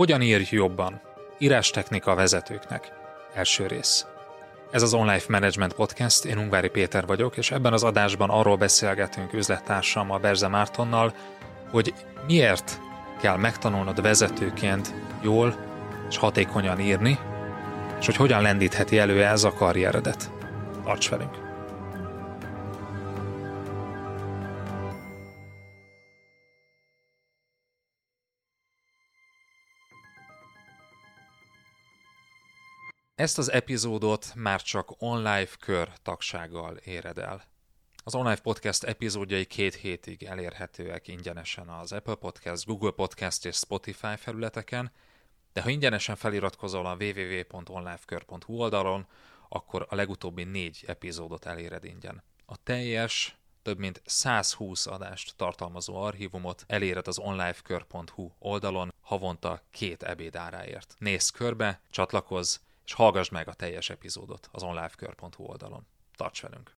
Hogyan írj jobban? Írástechnika a vezetőknek. Első rész. Ez az Online Management Podcast, én Ungvári Péter vagyok, és ebben az adásban arról beszélgetünk üzlettársammal, Berze Mártonnal, hogy miért kell megtanulnod vezetőként jól és hatékonyan írni, és hogy hogyan lendítheti elő ez a karrieredet. Tarts velünk! Ezt az epizódot már csak online kör tagsággal éred el. Az Online Podcast epizódjai 2 hétig elérhetőek ingyenesen az Apple Podcast, Google Podcast és Spotify felületeken, de ha ingyenesen feliratkozol a www.onlifekör.hu oldalon, akkor a legutóbbi 4 epizódot eléred ingyen. A teljes, több mint 120 adást tartalmazó archívumot eléred az onlifekör.hu oldalon havonta 2 ebéd áráért. Nézz körbe, csatlakozz, és hallgassd meg a teljes epizódot az onlifekör.hu oldalon. Tarts velünk!